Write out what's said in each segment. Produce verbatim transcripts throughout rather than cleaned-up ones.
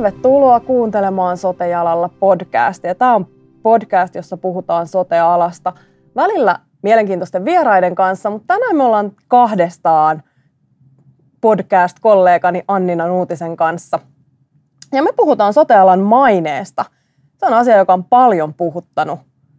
Tervetuloa kuuntelemaan Sote-alalla podcastia. Tämä on podcast, jossa puhutaan sote-alasta välillä mielenkiintoisten vieraiden kanssa, mutta tänään me ollaan kahdestaan podcast-kollegani Annina Nuutisen kanssa. Ja me puhutaan sote-alan maineesta. Se on asia, joka on paljon puhuttanut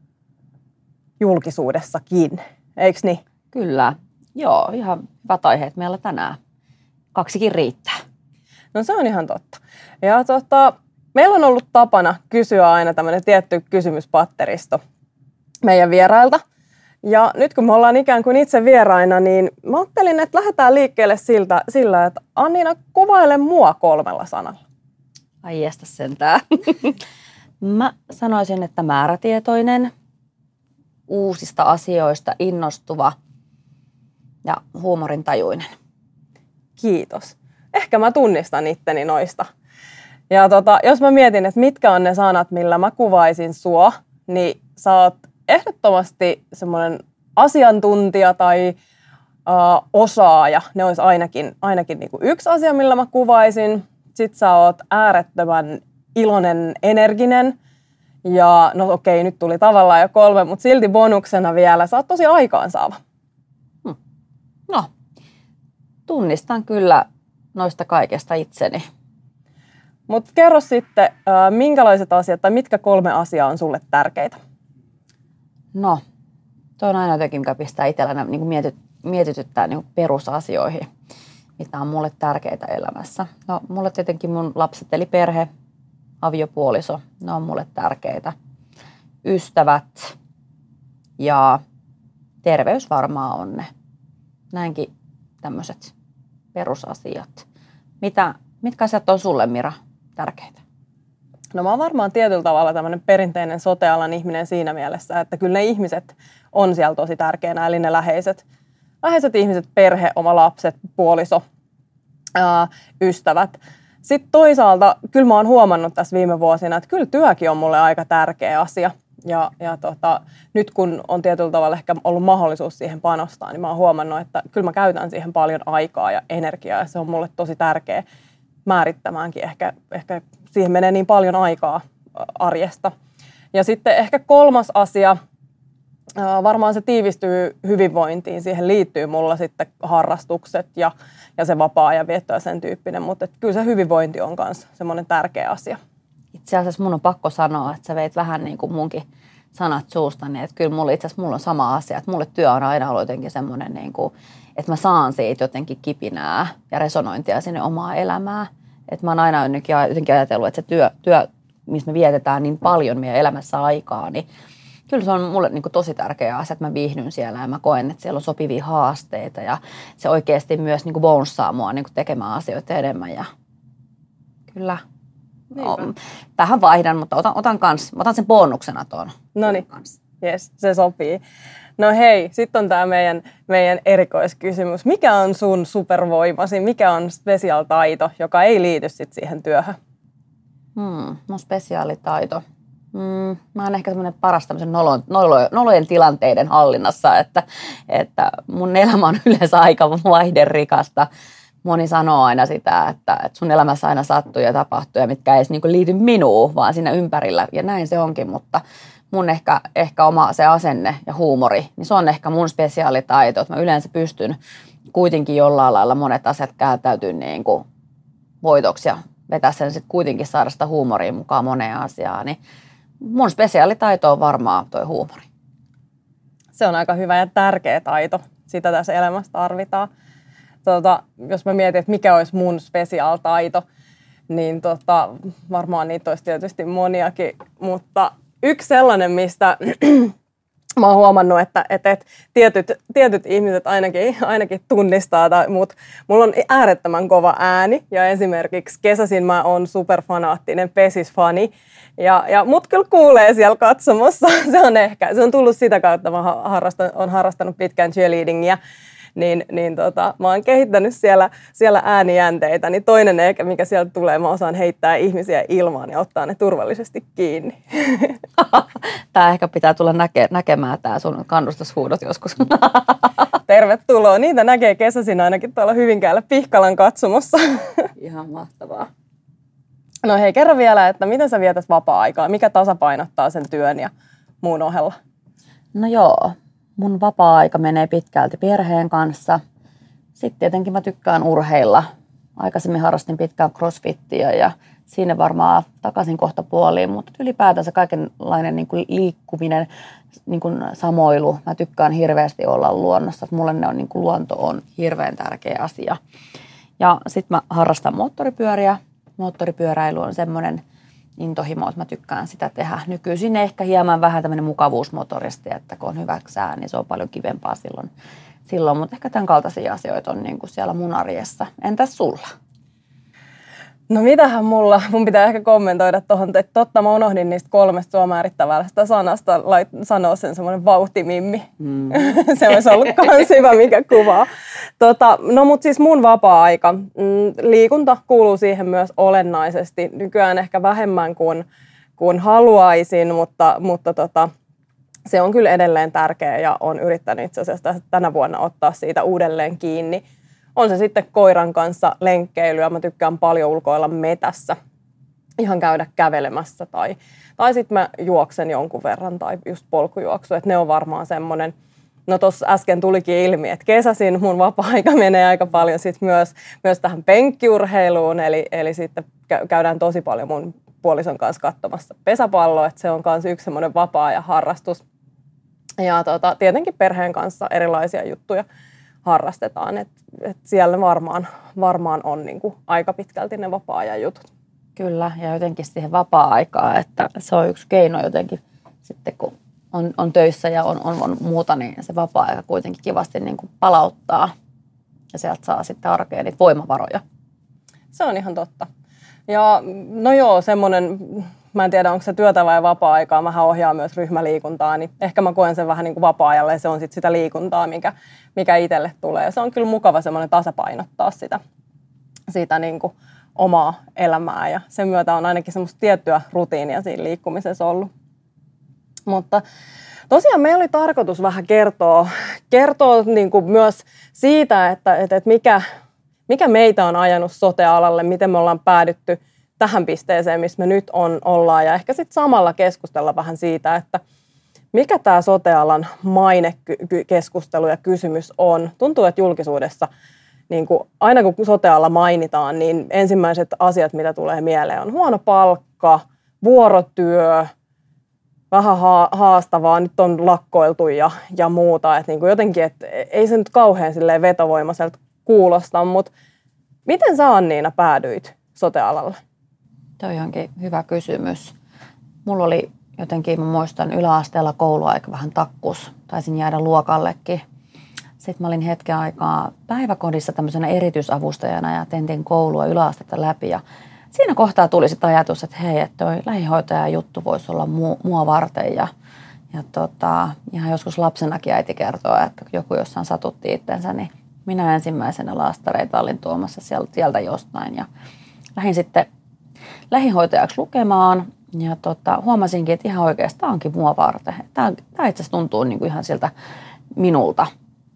julkisuudessakin, eikö niin? Kyllä. Joo, ihan hyvät aiheet meillä tänään. Kaksikin riittää. No se on ihan totta. Ja tota, meillä on ollut tapana kysyä aina tämmöinen tietty kysymyspatteristo meidän vierailta. Ja nyt kun me ollaan ikään kuin itse vieraina, niin mä ajattelin, että lähdetään liikkeelle siltä, sillä, että Annina, kuvaile mua kolmella sanalla. Ai estä sentään. Mä sanoisin, että määrätietoinen, uusista asioista innostuva ja huumorintajuinen. Kiitos. Ehkä mä tunnistan itteni noista. Ja tota, jos mä mietin, että mitkä on ne sanat, millä mä kuvaisin sua, niin sä oot ehdottomasti semmoinen asiantuntija tai uh, osaaja. Ne olisi ainakin, ainakin niinku yksi asia, millä mä kuvaisin. Sitten sä oot äärettömän iloinen, energinen. Ja no okei, nyt tuli tavallaan jo kolme, mutta silti bonuksena vielä. Sä oot tosi aikaansaava. Hmm. No, tunnistan kyllä noista kaikesta itseni. Mutta kerro sitten, minkälaiset asiat tai mitkä kolme asiaa on sulle tärkeitä? No, toi on aina jotenkin, mikä pistää itsellä niin mietit, mietityttää niin perusasioihin, mitä on mulle tärkeitä elämässä. No, mulle tietenkin mun lapset eli perhe, aviopuoliso, ne on mulle tärkeitä. Ystävät ja terveys varmaan on ne. Näinkin tämmöiset perusasiat. Mitä, mitkä asiat on sulle, Mira, tärkeitä? No mä oon varmaan tietyllä tavalla tämmöinen perinteinen sote-alan ihminen siinä mielessä, että kyllä ne ihmiset on siellä tosi tärkeänä, eli ne läheiset, läheiset ihmiset, perhe, oma lapset, puoliso, ää, ystävät. Sitten toisaalta kyllä mä oon huomannut tässä viime vuosina, että kyllä työkin on mulle aika tärkeä asia. Ja, ja tota, nyt kun on tietyllä tavalla ehkä ollut mahdollisuus siihen panostaa, niin mä oon huomannut, että kyllä mä käytän siihen paljon aikaa ja energiaa. Ja se on mulle tosi tärkeä määrittämäänkin. Ehkä, ehkä siihen menee niin paljon aikaa arjesta. Ja sitten ehkä kolmas asia, varmaan se tiivistyy hyvinvointiin. Siihen liittyy mulla sitten harrastukset ja, ja se vapaa-ajan vietto ja sen tyyppinen. Mutta kyllä se hyvinvointi on myös semmoinen tärkeä asia. Itse asiassa mun on pakko sanoa, että sä veit vähän niin kuin munkin sanat suustani, että kyllä mulla itse asiassa mulla on sama asia, että mulle työ on aina ollut jotenkin semmoinen, niin kuin, että mä saan siitä jotenkin kipinää ja resonointia sinne omaa elämää. Että mä oon aina jotenkin ajatellut, että se työ, työ missä me vietetään niin paljon meidän elämässä aikaa, niin kyllä se on mulle niin kuin tosi tärkeä asia, että mä viihdyn siellä ja mä koen, että siellä on sopivia haasteita ja se oikeasti myös niin kuin bonussaa mua niin kuin tekemään asioita enemmän ja kyllä. No, tähän vaihdan, mutta otan, otan, kans, otan sen bonuksena tuon. Noniin, jes, se sopii. No hei, sitten on tämä meidän, meidän erikoiskysymys. Mikä on sun supervoimasi? Mikä on spesiaalitaito, joka ei liity sit siihen työhön? Hmm, mun spesiaalitaito. Hmm, mä oon ehkä semmoinen paras tämmöisen nolo, nolo, nolojen tilanteiden hallinnassa, että, että mun elämä on yleensä aika vaihderikasta. Moni sanoo aina sitä, että, että sun elämässä aina sattuu ja tapahtuu ja mitkä ei edes niin kuin liity minuun, vaan siinä ympärillä. Ja näin se onkin, mutta mun ehkä, ehkä oma se asenne ja huumori, niin se on ehkä mun spesiaalitaito. Että mä yleensä pystyn kuitenkin jollain lailla monet asiat käyttäytyy niin kuin voitoksi ja vetää sen sitten kuitenkin saada sitä huumoria mukaan moneen asiaan. Niin mun spesiaalitaito on varmaan toi huumori. Se on aika hyvä ja tärkeä taito. Sitä tässä elämässä tarvitaan. Tota, jos mä mietin, että mikä olisi mun spesiaalitaito, niin tota, varmaan niitä olisi tietysti moniakin. Mutta yksi sellainen, mistä mä oon huomannut, että, että, että tietyt, tietyt ihmiset ainakin, ainakin tunnistaa, tai mut, mulla on äärettömän kova ääni. Ja esimerkiksi kesäisin mä oon superfanaattinen pesisfani. Ja, ja mut kyllä kuulee siellä katsomossa. Se on ehkä, se on tullut sitä kautta, mä harrastan, olen harrastanut pitkään cheerleadingia. Niin, niin tota, mä oon kehittänyt siellä, siellä äänijänteitä, niin toinen ehkä, mikä sieltä tulee, mä osaan heittää ihmisiä ilmaan ja ottaa ne turvallisesti kiinni. Tää ehkä pitää tulla näke, näkemään tää sun kannustushuudot joskus. Tervetuloa. Niitä näkee kesäisin ainakin tuolla Hyvinkäällä Pihkalan katsomossa. Ihan mahtavaa. No hei, kerro vielä, että miten sä vietät vapaa-aikaa? Mikä tasapainottaa sen työn ja muun ohella? No joo, mun vapaa-aika menee pitkälti perheen kanssa. Sitten tietenkin mä tykkään urheilla. Aikaisemmin harrastin pitkään crossfittiä ja siinä varmaan takaisin kohta puoliin, mutta ylipäätänsä kaikenlainen niin kuin liikkuminen, niin kuin samoilu. Mä tykkään hirveästi olla luonnossa. Mulle ne on, niin kuin luonto on hirveän tärkeä asia. Ja sitten mä harrastan moottoripyöriä. Moottoripyöräily on semmoinen intohimo, että mä tykkään sitä tehdä. Nykyisin ehkä hieman vähän tämmöinen mukavuusmotoristi, että kun on hyväksi sää, niin se on paljon kivempaa silloin. silloin. Mutta ehkä tämän kaltaisia asioita on niin kuin siellä mun arjessa. Entäs sulla? No mitähän mulla, mun pitää ehkä kommentoida tuohon, että totta mä unohdin niistä kolmesta sua määrittävästä sanasta lait, sanoa sen semmoinen vauhtimimmi. Mm. Se olisi ollut kans hyvä, mikä kuvaa. Tota, no mut siis mun vapaa-aika, mm, liikunta kuuluu siihen myös olennaisesti. Nykyään ehkä vähemmän kuin, kuin haluaisin, mutta, mutta tota, se on kyllä edelleen tärkeä ja on yrittänyt itse asiassa tänä vuonna ottaa siitä uudelleen kiinni. On se sitten koiran kanssa lenkkeilyä. Mä tykkään paljon ulkoilla metässä. Ihan käydä kävelemässä tai, tai sitten mä juoksen jonkun verran tai just polkujuoksu. Et ne on varmaan semmoinen. No tuossa äsken tulikin ilmi, että kesäsin mun vapaa-aika menee aika paljon sit myös, myös tähän penkkiurheiluun. Eli, eli sitten käydään tosi paljon mun puolison kanssa katsomassa pesäpalloa. Et se on myös yksi semmoinen vapaa-ajan harrastus. Ja tota, tietenkin perheen kanssa erilaisia juttuja harrastetaan, että et siellä varmaan, varmaan on niinku aika pitkälti ne vapaa-ajan jutut. Kyllä, ja jotenkin siihen vapaa-aikaa, että se on yksi keino jotenkin sitten, kun on, on töissä ja on, on, on muuta, niin se vapaa-aika kuitenkin kivasti niinku palauttaa ja sieltä saa sitten arkeen niitä voimavaroja. Se on ihan totta. Ja no joo, semmoinen, mä en tiedä onko se työtä vai vapaa-aikaa, mähän ohjaan myös ryhmäliikuntaa, niin ehkä mä koen sen vähän niin kuin vapaa-ajalle ja se on sitten sitä liikuntaa, mikä, mikä itselle tulee. Ja se on kyllä mukava semmoinen tasapainottaa sitä, sitä niin kuin omaa elämää ja sen myötä on ainakin semmoista tiettyä rutiinia siinä liikkumisessa ollut. Mutta tosiaan meillä oli tarkoitus vähän kertoa, kertoa niin kuin myös siitä, että, että mikä, mikä meitä on ajanut sote-alalle, miten me ollaan päädytty tähän pisteeseen, missä me nyt on, ollaan. Ja ehkä sitten samalla keskustella vähän siitä, että mikä tämä sote-alan mainekeskustelu ja kysymys on. Tuntuu, että julkisuudessa niin kuin aina kun sote-ala mainitaan, niin ensimmäiset asiat, mitä tulee mieleen, on huono palkka, vuorotyö, vähän haastavaa, nyt on lakkoiltu ja, ja muuta. Et niin kuin jotenkin, että ei se nyt kauhean silleen vetovoimaiselta kuulosta, mutta miten sä, Anniina, päädyit sote-alalle? Toi onkin hyvä kysymys. Mulla oli jotenkin, mä muistan, yläasteella kouluaika vähän takkus. Taisin jäädä luokallekin. Sitten mä olin hetken aikaa päiväkodissa tämmöisenä erityisavustajana ja tentin koulua yläastetta läpi. Ja siinä kohtaa tuli sitten ajatus, että hei, että toi lähihoitaja juttu voisi olla mua, mua varten. Ja, ja tota, ihan joskus lapsenakin äiti kertoo, että joku jossain satutti itsensä, niin minä ensimmäisenä laastareita olin tuomassa sieltä jostain. Ja lähdin sitten lähihoitajaksi lukemaan ja tota, huomasinkin, että ihan oikeasti tämä onkin mua varten. Tämä, tämä itse asiassa tuntuu niin kuin ihan siltä minulta.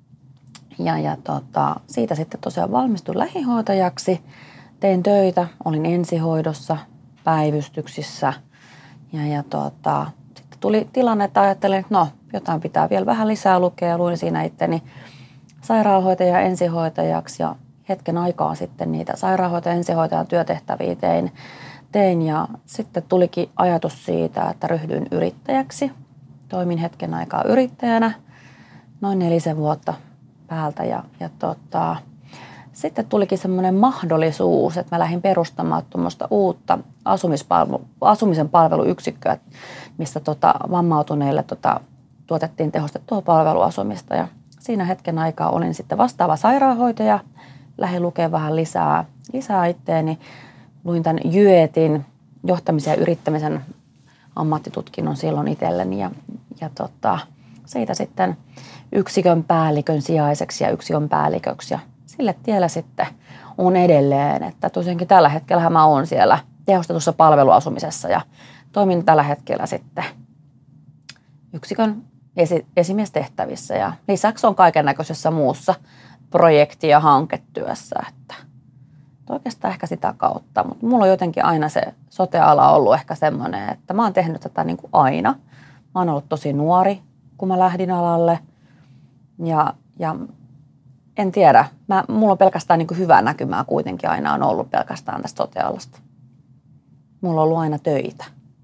Ja, ja tota, siitä sitten tosiaan valmistuin lähihoitajaksi. Tein töitä, olin ensihoidossa, päivystyksissä ja, ja tota, sitten tuli tilanne, että ajattelin, että no jotain pitää vielä vähän lisää lukea ja luin siinä itteni sairaanhoitaja ensihoitajaksi ja hetken aikaa sitten niitä sairaanhoitaja ensihoitajan työtehtäviä tein. tein ja sitten tulikin ajatus siitä, että ryhdyin yrittäjäksi. Toimin hetken aikaa yrittäjänä noin nelisen vuotta päältä ja, ja tota, sitten tulikin semmoinen mahdollisuus, että mä lähdin perustamaan tuommoista uutta asumispalvelu, asumisen palveluyksikköä, missä tota, vammautuneille tota, tuotettiin tehostettua palveluasumista ja siinä hetken aikaa olin sitten vastaava sairaanhoitaja. Lähdin lukemaan vähän lisää, lisää itteeni. Luin tämän Jyetin johtamisen ja yrittämisen ammattitutkinnon silloin itselleni. Ja, ja tota, siitä sitten yksikön päällikön sijaiseksi ja yksikön päälliköksi. Ja sille tiellä sitten on edelleen. Että tosiaankin tällä hetkellä mä oon siellä tehostetussa palveluasumisessa ja toimin tällä hetkellä sitten yksikön esi- esimiestehtävissä. Ja lisäksi on kaiken näköisessä muussa projekti- ja hanketyössä. Että Oikeastaan ehkä sitä kautta, mutta mulla on jotenkin aina se sote-ala ollut ehkä semmoinen, että mä oon tehnyt tätä niin kuin aina. Mä oon ollut tosi nuori, kun mä lähdin alalle ja, ja en tiedä. Mä, mulla on pelkästään niin kuin hyvää näkymää kuitenkin aina on ollut pelkästään tästä sote-alasta. Mulla on ollut aina töitä.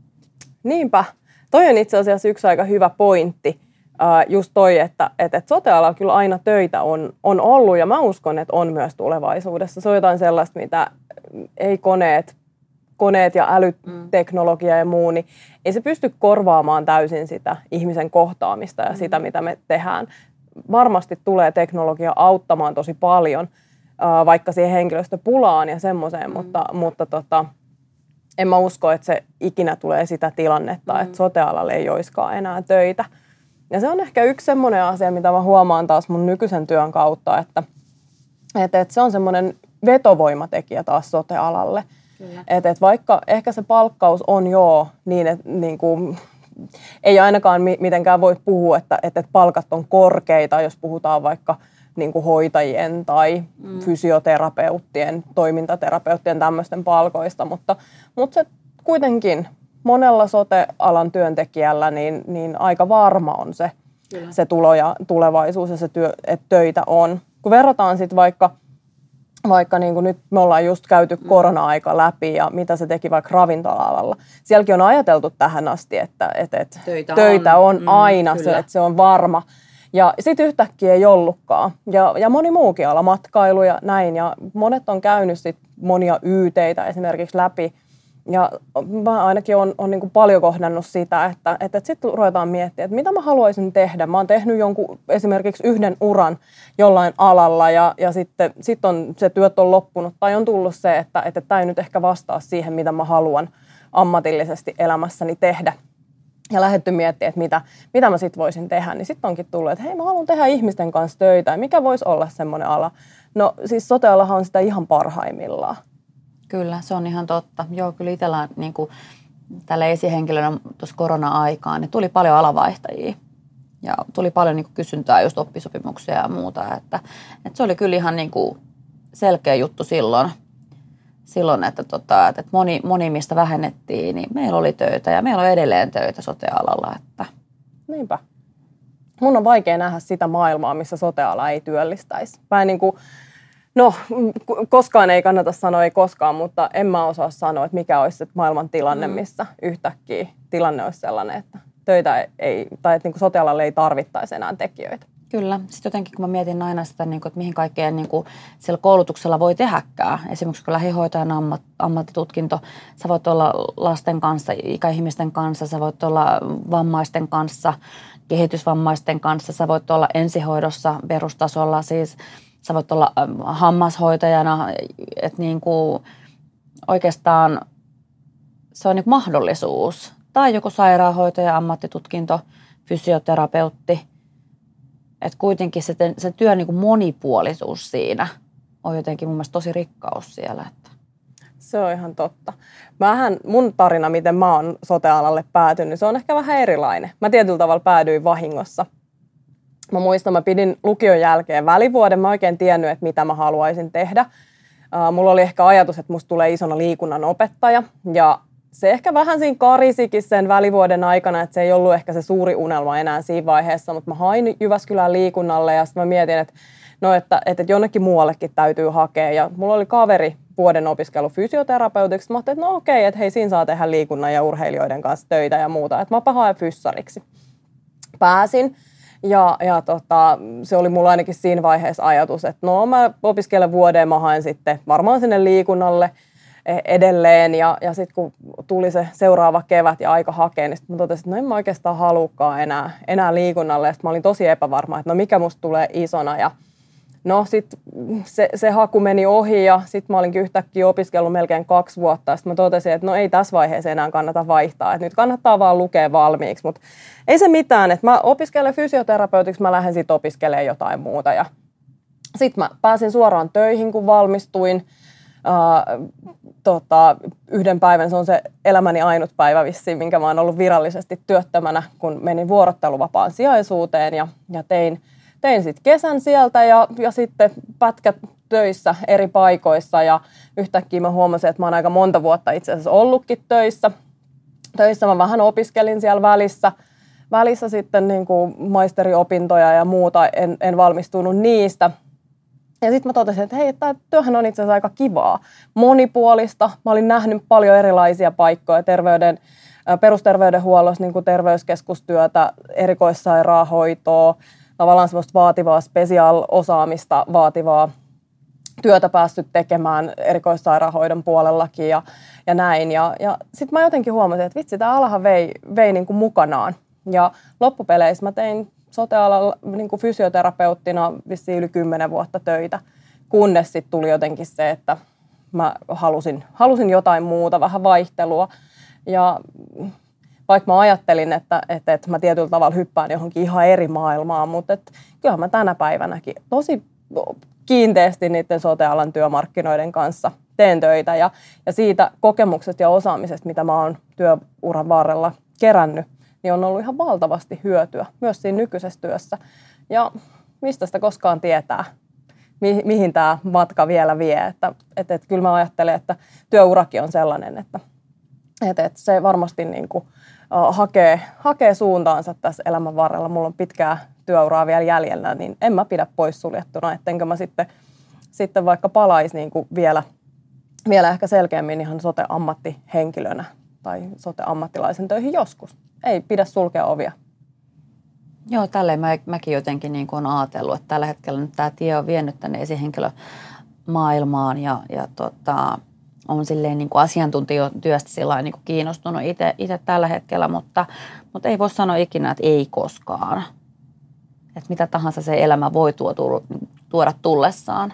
Niinpä. Toi on itse asiassa yksi aika hyvä pointti. Uh, just toi, että, että, että sote-alalla kyllä aina töitä on, on ollut ja mä uskon, että on myös tulevaisuudessa. Se on jotain sellaista, mitä ei koneet, koneet ja älyteknologia ja muu, niin ei se pysty korvaamaan täysin sitä ihmisen kohtaamista ja mm. sitä, mitä me tehdään. Varmasti tulee teknologia auttamaan tosi paljon, uh, vaikka siihen henkilöstöpulaan ja semmoiseen, mm. mutta, mutta tota, en mä usko, että se ikinä tulee sitä tilannetta, mm. että sote-alalle ei olisikaan enää töitä. Ja se on ehkä yksi semmoinen asia, mitä mä huomaan taas mun nykyisen työn kautta, että, että, että se on semmoinen vetovoimatekijä taas sote-alalle. Että, että vaikka ehkä se palkkaus on joo niin, että niin kuin, ei ainakaan mitenkään voi puhua, että, että palkat on korkeita, jos puhutaan vaikka niin kuin hoitajien tai mm. fysioterapeuttien, toimintaterapeuttien tämmöisten palkoista, mutta, mutta se kuitenkin monella sote-alan työntekijällä niin, niin aika varma on se, se tulo ja tulevaisuus ja se työ, että töitä on. Kun verrataan sitten vaikka, vaikka niin kuin nyt me ollaan just käyty mm. korona-aika läpi ja mitä se teki vaikka ravintola-alalla. Sielläkin on ajateltu tähän asti, että, että, että töitä, töitä on, on mm, aina, se, että se on varma. Ja sitten yhtäkkiä ei ollutkaan. Ja, ja moni muukin ala, matkailu ja näin. Ja monet on käynyt sit monia yteitä esimerkiksi läpi. Ja mä ainakin on, on niin kuin paljon kohdannut sitä, että, että, että sitten ruvetaan miettimään, että mitä mä haluaisin tehdä. Mä oon tehnyt jonkun esimerkiksi yhden uran jollain alalla ja, ja sitten sit on, se työt on loppunut. Tai on tullut se, että tämä että ei nyt ehkä vastaa siihen, mitä mä haluan ammatillisesti elämässäni tehdä. Ja lähdetty miettimään, että mitä, mitä mä sitten voisin tehdä. Niin sitten onkin tullut, että hei, mä haluan tehdä ihmisten kanssa töitä. Ja mikä voisi olla semmoinen ala? No siis sote-alahan on sitä ihan parhaimmillaan. Kyllä, se on ihan totta. Joo, kyllä itsellä niin kuin tällä esihenkilönä tuossa korona-aikaan, niin tuli paljon alavaihtajia. Ja tuli paljon niin kuin kysyntää just oppisopimuksia ja muuta. Että, että se oli kyllä ihan niin kuin selkeä juttu silloin, silloin että, tota, että moni, moni, mistä vähennettiin, niin meillä oli töitä ja meillä on edelleen töitä sote-alalla. Että. Niinpä. Mun on vaikea nähdä sitä maailmaa, missä sote-ala ei työllistäisi. Mä en niin kuin No, koskaan ei kannata sanoa, ei koskaan, mutta en mä osaa sanoa, että mikä olisi se maailman tilanne, missä yhtäkkiä tilanne olisi sellainen, että töitä ei, tai että niin sote-alalle ei tarvittaisi enää tekijöitä. Kyllä. Sitten jotenkin, kun mä mietin aina sitä, että mihin kaikkeen niin kuin siellä koulutuksella voi tehdäkään. Esimerkiksi kun lähihoitajan ammat, ammattitutkinto, sä voit olla lasten kanssa, ikäihmisten kanssa, sä voit olla vammaisten kanssa, kehitysvammaisten kanssa, sä voit olla ensihoidossa perustasolla, siis sä voit olla hammashoitajana, että niin kuin oikeastaan se on niin kuin mahdollisuus. Tai joku sairaanhoitaja, ammattitutkinto, fysioterapeutti. Että kuitenkin se, se työn niin kuin monipuolisuus siinä on jotenkin mun mielestä tosi rikkaus siellä. Että. Se on ihan totta. Mähän, mun tarina, miten mä oon sote-alalle päätynyt, se on ehkä vähän erilainen. Mä tietyllä tavalla päädyin vahingossa. Mä muistan, mä pidin lukion jälkeen välivuoden. Mä oikein tiennyt, että mitä mä haluaisin tehdä. Mulla oli ehkä ajatus, että musta tulee isona liikunnan opettaja. Ja se ehkä vähän siinä karisikin sen välivuoden aikana, että se ei ollut ehkä se suuri unelma enää siinä vaiheessa. Mutta mä hain Jyväskylään liikunnalle ja sitten mä mietin, että, no, että, että jonnekin muuallekin täytyy hakea. Ja mulla oli kaveri vuoden opiskelu fysioterapeutiksi. Mä ajattelin, että no okei, että hei, siinä saa tehdä liikunnan ja urheilijoiden kanssa töitä ja muuta. Että mäpä haen fyssariksi. Pääsin. Ja, ja tota, se oli mulla ainakin siinä vaiheessa ajatus, että no mä opiskelen vuoden, mä haen sitten varmaan sinne liikunnalle edelleen. Ja, ja sitten kun tuli se seuraava kevät ja aika hakea, niin sitten mä totesin, että no en mä oikeastaan halukaan enää, enää liikunnalle. Ja sitten mä olin tosi epävarma, että no mikä musta tulee isona. Ja no sitten se, se haku meni ohi ja sitten mä olinkin yhtäkkiä opiskellut melkein kaksi vuotta. Ja sitten mä totesin, että no ei tässä vaiheessa enää kannata vaihtaa. Että nyt kannattaa vaan lukea valmiiksi. Mutta ei se mitään, että mä opiskelen fysioterapeutiksi, mä lähden sitten opiskelemaan jotain muuta. Ja sitten mä pääsin suoraan töihin, kun valmistuin. Uh, tota, yhden päivän, se on se elämäni ainut päivä vissiin, minkä mä oon ollut virallisesti työttömänä, kun menin vuorotteluvapaan sijaisuuteen ja, ja tein tein sitten kesän sieltä ja, ja sitten pätkät töissä eri paikoissa ja yhtäkkiä mä huomasin, että mä oon aika monta vuotta itse asiassa ollutkin töissä. Töissä mä vähän opiskelin siellä välissä. Välissä sitten niin kuin maisteriopintoja ja muuta, en, en valmistunut niistä. Ja sitten mä totesin, että hei, tämä työhän on itse asiassa aika kivaa, monipuolista. Mä olin nähnyt paljon erilaisia paikkoja terveyden, perusterveydenhuollossa, niin kuin terveyskeskustyötä, erikoissairaanhoitoa, tavallaan semmoista vaativaa spesiaal-osaamista vaativaa työtä päässyt tekemään erikoissairaanhoidon puolellakin ja, ja näin. Ja, ja sitten mä jotenkin huomasin, että vitsi, tämä alahan vei, vei niin kuin mukanaan. Ja loppupeleissä mä tein sote-alalla niin kuin fysioterapeuttina vissiin yli kymmenen vuotta töitä, kunnes sitten tuli jotenkin se, että mä halusin, halusin jotain muuta, vähän vaihtelua. Ja vaikka mä ajattelin, että, että, että mä tietyllä tavalla hyppään johonkin ihan eri maailmaan, mutta että kyllähän mä tänä päivänäkin tosi kiinteästi niiden sote-alan työmarkkinoiden kanssa teen töitä. Ja, ja siitä kokemuksesta ja osaamisesta, mitä mä oon työuran varrella kerännyt, niin on ollut ihan valtavasti hyötyä myös siinä nykyisessä työssä. Ja mistä sitä koskaan tietää, mi- mihin tämä matka vielä vie. Että, että, että kyllä mä ajattelen, että työurakin on sellainen, että, että, että se varmasti niin kuin, uh, hakee, hakee suuntaansa tässä elämän varrella. Mulla on pitkää työuraa vielä jäljellä, niin en mä pidä poissuljettuna, ettenkö mä sitten, sitten vaikka palaisi niin kuin vielä, vielä ehkä selkeämmin ihan sote-ammattihenkilönä tai sote-ammattilaisen töihin joskus. Ei pidä sulkea ovia. Joo, tälleen mä, mäkin jotenkin niin kuin olen ajatellut, että tällä hetkellä nyt tämä tie on vienyt tänne esihenkilömaailmaan ja, ja tota, on silleen niin kuin asiantuntijatyöstä sillä niin kuin kiinnostunut itse tällä hetkellä, mutta, mutta ei voi sanoa ikinä, että ei koskaan. Että mitä tahansa se elämä voi tuo, tuoda tullessaan.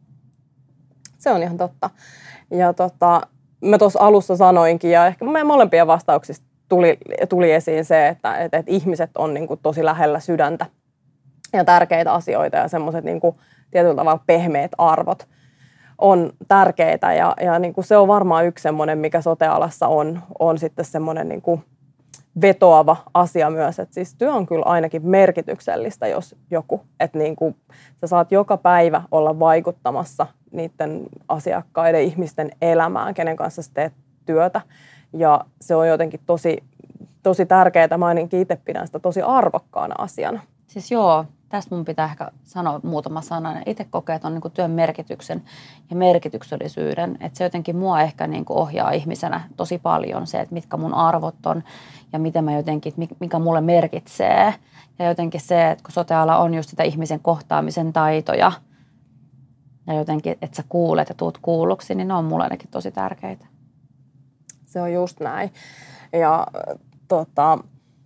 Se on ihan totta. Ja tota, mä tuossa alussa sanoinkin, ja ehkä meidän molempien vastauksista tuli, tuli esiin se, että, että, että ihmiset on niin kuin tosi lähellä sydäntä ja tärkeitä asioita ja semmoiset niin kuin tietyllä tavalla pehmeät arvot on tärkeitä. Ja, ja niin kuin se on varmaan yksi semmoinen, mikä sote-alassa on, on sitten semmoinen niin kuin vetoava asia myös, että siis työ on kyllä ainakin merkityksellistä, jos joku, että niin kuin sä saat joka päivä olla vaikuttamassa niiden asiakkaiden, ihmisten elämään, kenen kanssa sä teet työtä, ja se on jotenkin tosi, tosi tärkeää, mä ainakin itse pidän sitä tosi arvokkaana asiana. Siis joo, tästä mun pitää ehkä sanoa muutama sana. Itse kokee ton niin työn merkityksen ja merkityksellisyyden, että se jotenkin mua ehkä niin kuin ohjaa ihmisenä tosi paljon se, että mitkä mun arvot on ja miten mä jotenkin, mikä mulle merkitsee. Ja jotenkin se, että kun sote-ala on just sitä ihmisen kohtaamisen taitoja ja jotenkin, että sä kuulet ja tuut kuulluksi, niin ne on mulle ainakin tosi tärkeitä. Se on just näin. Ja tota...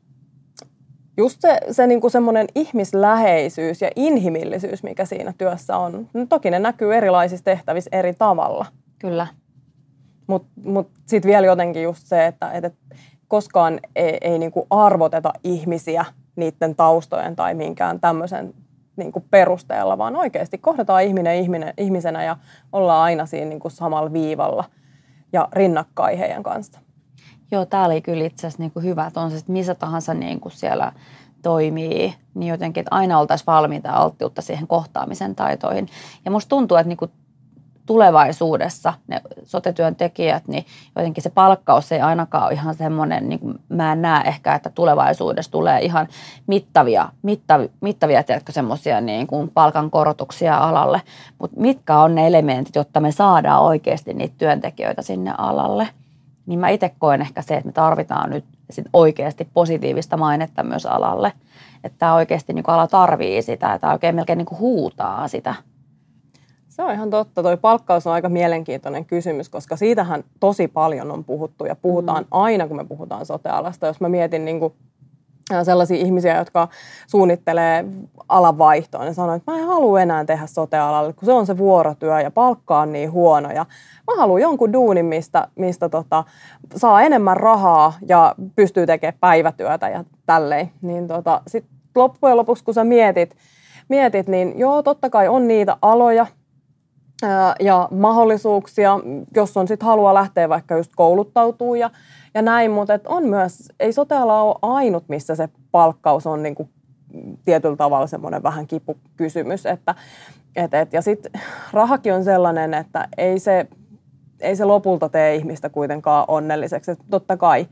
Just se, se niinku semmoinen ihmisläheisyys ja inhimillisyys, mikä siinä työssä on. No, toki ne näkyy erilaisissa tehtävissä eri tavalla. Kyllä. Mutta mut sitten vielä jotenkin just se, että et koskaan ei, ei niinku arvoteta ihmisiä niiden taustojen tai minkään tämmöisen niinku perusteella, vaan oikeasti kohdataan ihminen, ihminen ihmisenä ja ollaan aina siinä niinku samalla viivalla ja rinnakkain heidän kanssa. Joo, tää oli kyllä itse asiassa niinku hyvä, että on se sitten missä tahansa niinku siellä toimii, niin jotenkin, että aina oltaisiin valmiita ja alttiutta siihen kohtaamisen taitoihin. Ja musta tuntuu, että niinku tulevaisuudessa ne sote-työntekijät, niin jotenkin se palkkaus ei ainakaan ole ihan semmoinen, niin kuin mä en näe ehkä, että tulevaisuudessa tulee ihan mittavia, mittavia, mittavia tiedätkö, semmoisia niin kuin palkankorotuksia alalle. Mutta mitkä on ne elementit, jotta me saadaan oikeasti niitä työntekijöitä sinne alalle? Niin mä itse koen ehkä se, että me tarvitaan nyt sit oikeasti positiivista mainetta myös alalle. Että tämä oikeasti niin kuin ala tarvii sitä, että oikein melkein niin kuin huutaa sitä. Se on ihan totta. Toi palkkaus on aika mielenkiintoinen kysymys, koska siitähän tosi paljon on puhuttu ja puhutaan mm. aina, kun me puhutaan sote-alasta. Jos mä mietin niin kuin sellaisia ihmisiä, jotka suunnittelee alanvaihtoa, niin sanoo, että mä en halua enää tehdä sote-alalle, kun se on se vuorotyö ja palkka on niin huono. Ja mä haluan jonkun duunin, mistä, mistä tota, saa enemmän rahaa ja pystyy tekemään päivätyötä ja tälleen. Niin tota, sit loppujen lopuksi, kun sä mietit, mietit, niin joo, totta kai on niitä aloja ää, ja mahdollisuuksia, jos on sit halua lähteä vaikka just kouluttautumaan ja, ja näin, mutta et on myös, ei sote-ala ole ainut, missä se palkkaus on niinku tietyllä tavalla semmoinen vähän kipukysymys. Että, et, et, ja sitten rahakin on sellainen, että ei se, ei se lopulta tee ihmistä kuitenkaan onnelliseksi. Et totta kai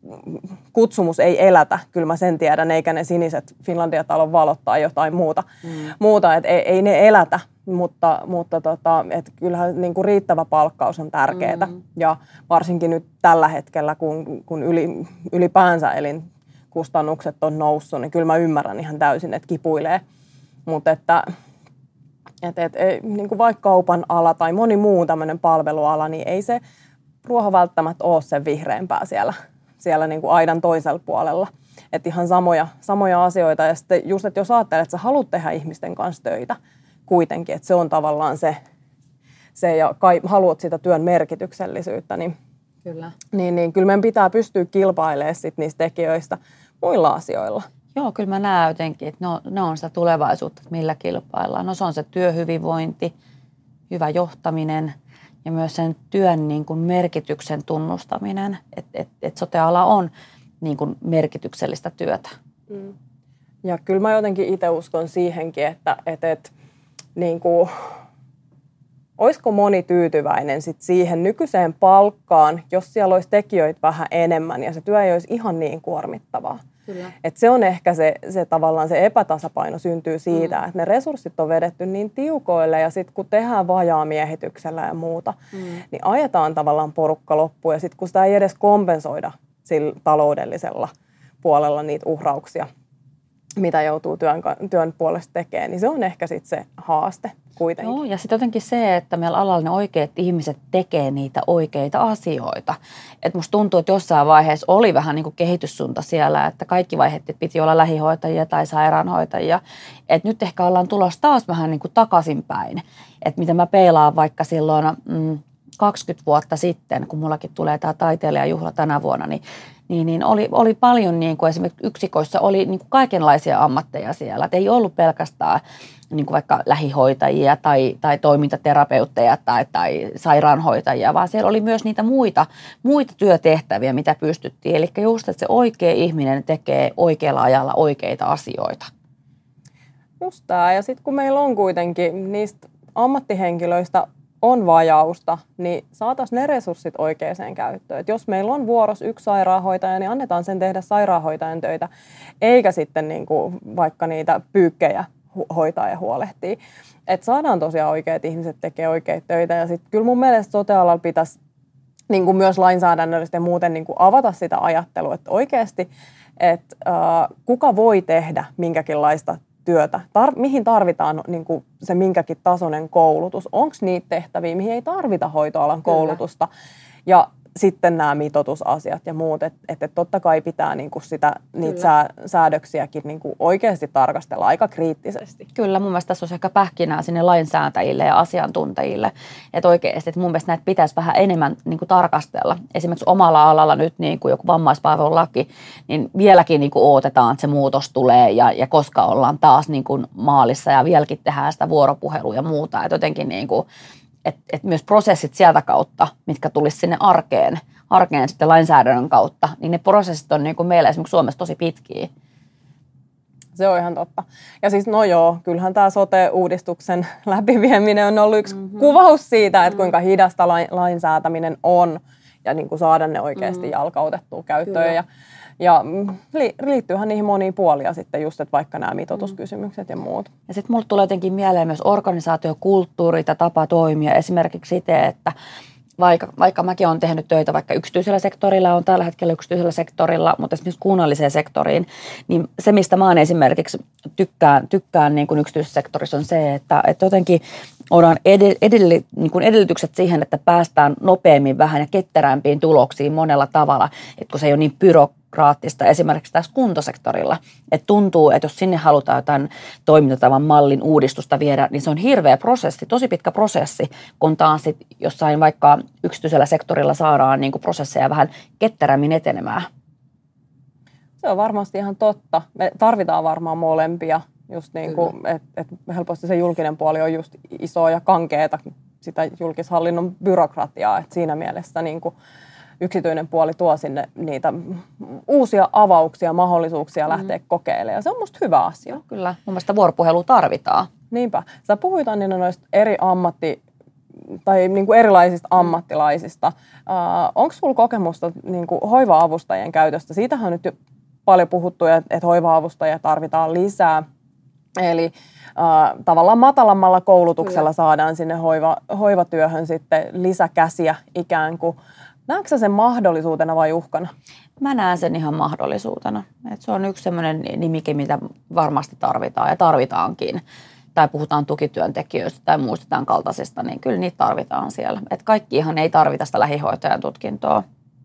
kutsumus ei elätä, kyllä mä sen tiedän, eikä ne siniset Finlandia-talon valot tai jotain muuta, mm. muuta että ei, ei ne elätä, mutta, mutta tota, et kyllähän niin kuin riittävä palkkaus on tärkeää mm. ja varsinkin nyt tällä hetkellä, kun, kun yli, ylipäänsä elinkustannukset on noussut, niin kyllä mä ymmärrän ihan täysin, että kipuilee, mutta että et, et, ei, niin kuin vaikka kaupan ala tai moni muu tämmöinen palveluala, niin ei se ruoho välttämättä ole sen vihreämpää siellä siellä niin kuin aidan toisella puolella. Että ihan samoja, samoja asioita. Ja sitten just, että jos ajattelet, että sä haluat tehdä ihmisten kanssa töitä kuitenkin, että se on tavallaan se, se ja kai, haluat sitä työn merkityksellisyyttä, niin kyllä, niin, niin, kyllä meidän pitää pystyä kilpailemaan sit niistä tekijöistä muilla asioilla. Joo, kyllä mä näen jotenkin, että ne on, ne on sitä tulevaisuutta, että millä kilpaillaan. No se on se työhyvinvointi, hyvä johtaminen, ja myös sen työn niin kuin merkityksen tunnustaminen, että et, et sote-ala on niin kuin merkityksellistä työtä. Mm. Ja kyllä mä jotenkin itse uskon siihenkin, että et, et, niin kuin, olisiko moni tyytyväinen sit siihen nykyiseen palkkaan, jos siellä olisi tekijöitä vähän enemmän ja se työ ei olisi ihan niin kuormittavaa. Et se on ehkä se, se tavallaan se epätasapaino syntyy siitä, mm. että ne resurssit on vedetty niin tiukoille ja sitten kun tehdään vajaamiehityksellä ja muuta, mm. niin ajetaan tavallaan porukka loppuun ja sitten kun sitä ei edes kompensoida sillä taloudellisella puolella niitä uhrauksia, mitä joutuu työn, työn puolesta tekemään, niin se on ehkä sitten se haaste kuitenkin. Joo, ja sitten jotenkin se, että meillä alalla ne oikeat ihmiset tekee niitä oikeita asioita. Että musta tuntuu, että jossain vaiheessa oli vähän niin kuin kehityssuunta siellä, että kaikki vaiheet piti olla lähihoitajia tai sairaanhoitajia. Että nyt ehkä ollaan tulossa taas vähän niin kuin takaisinpäin. Että mitä mä peilaan vaikka silloin mm, kaksikymmentä vuotta sitten, kun mullakin tulee tämä taiteilijajuhla tänä vuonna, niin Niin, niin oli, oli paljon, niin kuin esimerkiksi yksiköissä oli niin kuin kaikenlaisia ammatteja siellä. Et ei ollut pelkästään niin kuin vaikka lähihoitajia tai, tai toimintaterapeutteja tai, tai sairaanhoitajia, vaan siellä oli myös niitä muita, muita työtehtäviä, mitä pystyttiin. Eli just, että se oikea ihminen tekee oikealla ajalla oikeita asioita. Just tämä. Ja sitten kun meillä on kuitenkin niistä ammattihenkilöistä on vajausta, niin saataisiin ne resurssit oikeaan käyttöön. Et jos meillä on vuorossa yksi sairaanhoitaja, niin annetaan sen tehdä sairaanhoitajan töitä, eikä sitten niin kuin vaikka niitä pyykkejä hoitaa ja huolehtii. Et saadaan tosiaan oikeat ihmiset tekemään oikeita töitä. Ja sitten kyllä mun mielestä sote-alalla pitäisi niin kuin myös lainsäädännöllisesti ja muuten niin kuin avata sitä ajattelua, että oikeasti, että äh, kuka voi tehdä minkäkinlaista työtä, Tar- mihin tarvitaan niin kuin se minkäkin tasoinen koulutus, onko niitä tehtäviä, mihin ei tarvita hoitoalan koulutusta, Kyllä. ja sitten nämä mitoitusasiat ja muut, että et, et totta kai pitää niin kuin sitä, niitä sää, säädöksiäkin niin kuin oikeasti tarkastella aika kriittisesti. Kyllä, mun mielestä tässä olisi ehkä pähkinää sinne lainsäätäjille ja asiantuntajille, että oikeasti, että mun mielestä näitä pitäisi vähän enemmän niin kuin tarkastella. Esimerkiksi omalla alalla nyt niin kuin joku vammaispalvelulaki, niin vieläkin niin kuin odotetaan, että se muutos tulee ja, ja koska ollaan taas niin kuin maalissa ja vieläkin tehdään sitä vuoropuhelua ja muuta, että jotenkin niin kuin Että et myös prosessit sieltä kautta, mitkä tulisi sinne arkeen, arkeen sitten lainsäädännön kautta, niin ne prosessit on niin kuin meillä esimerkiksi Suomessa tosi pitkiä. Se on ihan totta. Ja siis no joo, kyllähän tämä sote-uudistuksen läpivieminen on ollut yksi mm-hmm. kuvaus siitä, että kuinka hidasta lainsäätäminen on ja niin kuin saada ne oikeasti mm-hmm. jalkautettua käyttöön. Kyllä. Ja, ja li, liittyyhän niihin moniin puolia sitten just, että vaikka nämä mitoituskysymykset ja muut. Ja sitten mulle tulee jotenkin mieleen myös organisaatiokulttuuri ja tapa toimia. Esimerkiksi itse, että vaikka, vaikka mäkin olen tehnyt töitä vaikka yksityisellä sektorilla, on tällä hetkellä yksityisellä sektorilla, mutta esimerkiksi kunnalliseen sektoriin, niin se, mistä mä oon esimerkiksi tykkään, tykkään niin kuin yksityisessä sektorissa on se, että, että jotenkin on edell, niin kuin edellytykset siihen, että päästään nopeammin vähän ja ketterämpiin tuloksiin monella tavalla, että kun se ei ole niin byrokraattista esimerkiksi tässä kuntosektorilla, että tuntuu, että jos sinne halutaan jotain toimintatavan mallin uudistusta viedä, niin se on hirveä prosessi, tosi pitkä prosessi, kun taas sit jossain vaikka yksityisellä sektorilla saadaan niin kuin prosesseja vähän ketterämmin etenemään. Se on varmasti ihan totta. Me tarvitaan varmaan molempia. Just niin kuin, että et helposti se julkinen puoli on just isoa ja kankeeta, sitä julkishallinnon byrokratiaa. Et siinä mielessä niin kuin, yksityinen puoli tuo sinne niitä uusia avauksia, mahdollisuuksia lähteä mm. kokeilemaan. Ja se on musta hyvä asia. No, kyllä, mun mielestä vuoropuhelua tarvitaan. Niinpä. Sä puhuit, Annina, noista eri ammatti- tai niin kuin erilaisista ammattilaisista. Uh, onko sulla kokemusta niin kuin hoiva-avustajien käytöstä? Siitähän on nyt jo paljon puhuttu, että, että hoiva-avustajia tarvitaan lisää. Eli uh, tavallaan matalammalla koulutuksella Kyllä. saadaan sinne hoiva, hoivatyöhön sitten lisäkäsiä ikään kuin. Näetkö sä sen mahdollisuutena vai uhkana? Mä näen sen ihan mahdollisuutena. Et se on yksi semmoinen nimike, mitä varmasti tarvitaan ja tarvitaankin. Tai puhutaan tukityöntekijöistä tai muista tämän kaltaisista, niin kyllä niitä tarvitaan siellä. Et kaikkihan ei tarvita sitä lähihoitajan tutkintoa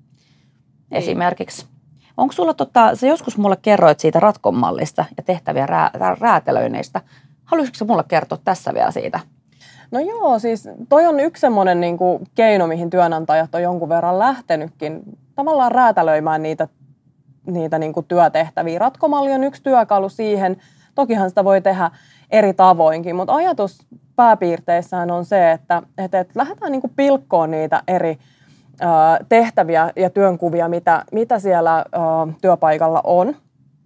niin. Esimerkiksi. Onko sulla, tota, sä joskus mulle kerroit siitä ratkomallista ja tehtäviä rää, räätälöinneistä. Haluaisitko sä mulle kertoa tässä vielä siitä? No joo, siis toi on yksi semmoinen niin kuin keino, mihin työnantajat on jonkun verran lähtenytkin tavallaan räätälöimään niitä, niitä niin kuin työtehtäviä. Ratkomalli on yksi työkalu siihen. Tokihan sitä voi tehdä eri tavoinkin, mutta ajatus pääpiirteissään on se, että, että, että lähdetään niin kuin pilkkoon niitä eri ö, tehtäviä ja työnkuvia, mitä, mitä siellä ö, työpaikalla on.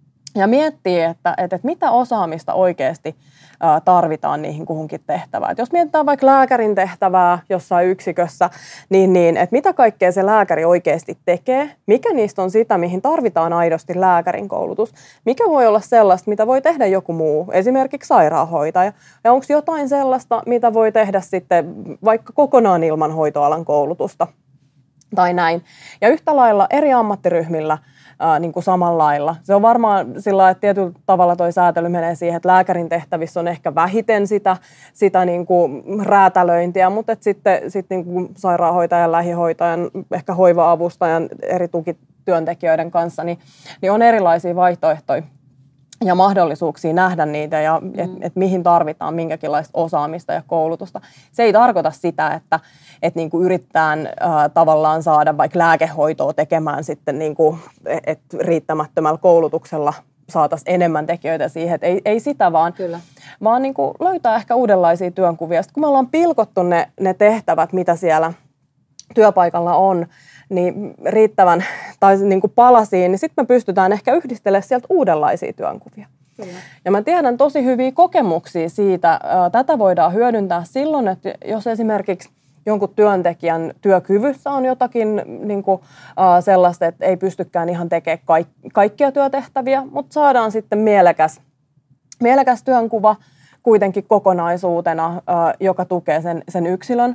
Ja miettii, että, että, että mitä osaamista oikeasti ä, tarvitaan niihin kuhunkin tehtävään. Et jos mietitään vaikka lääkärin tehtävää jossain yksikössä, niin, niin että mitä kaikkea se lääkäri oikeasti tekee, mikä niistä on sitä, mihin tarvitaan aidosti lääkärin koulutus, mikä voi olla sellaista, mitä voi tehdä joku muu, esimerkiksi sairaanhoitaja, ja onko jotain sellaista, mitä voi tehdä sitten vaikka kokonaan ilman hoitoalan koulutusta tai näin. Ja yhtä lailla eri ammattiryhmillä Ää, niin kuin samalla lailla. Se on varmaan sillä lailla, että tietyllä tavalla toi säätely menee siihen, että lääkärin tehtävissä on ehkä vähiten sitä, sitä niin kuin räätälöintiä, mutta että sitten sit niin kuin sairaanhoitajan, lähihoitajan, ehkä hoiva-avustajan, eri tukityöntekijöiden kanssa, niin, niin on erilaisia vaihtoehtoja ja mahdollisuuksia nähdä niitä ja mm. että et mihin tarvitaan minkäkinlaista osaamista ja koulutusta. Se ei tarkoita sitä, että et niinku yritetään äh, tavallaan saada vaikka lääkehoitoa tekemään sitten niinku, et riittämättömällä koulutuksella saataisiin enemmän tekijöitä siihen. Et ei, ei sitä vaan, Kyllä. vaan niinku löytää ehkä uudenlaisia työnkuvia. Sitten kun me ollaan pilkottu ne, ne tehtävät, mitä siellä työpaikalla on, niin riittävän tai niin kuin palasiin, niin sitten me pystytään ehkä yhdistelemään sieltä uudenlaisia työnkuvia. Kyllä. Ja mä tiedän tosi hyviä kokemuksia siitä. Tätä voidaan hyödyntää silloin, että jos esimerkiksi jonkun työntekijän työkyvyssä on jotakin niin kuin, sellaista, että ei pystykään ihan tekemään kaik- kaikkia työtehtäviä, mutta saadaan sitten mielekäs, mielekäs työnkuva kuitenkin kokonaisuutena, joka tukee sen, sen yksilön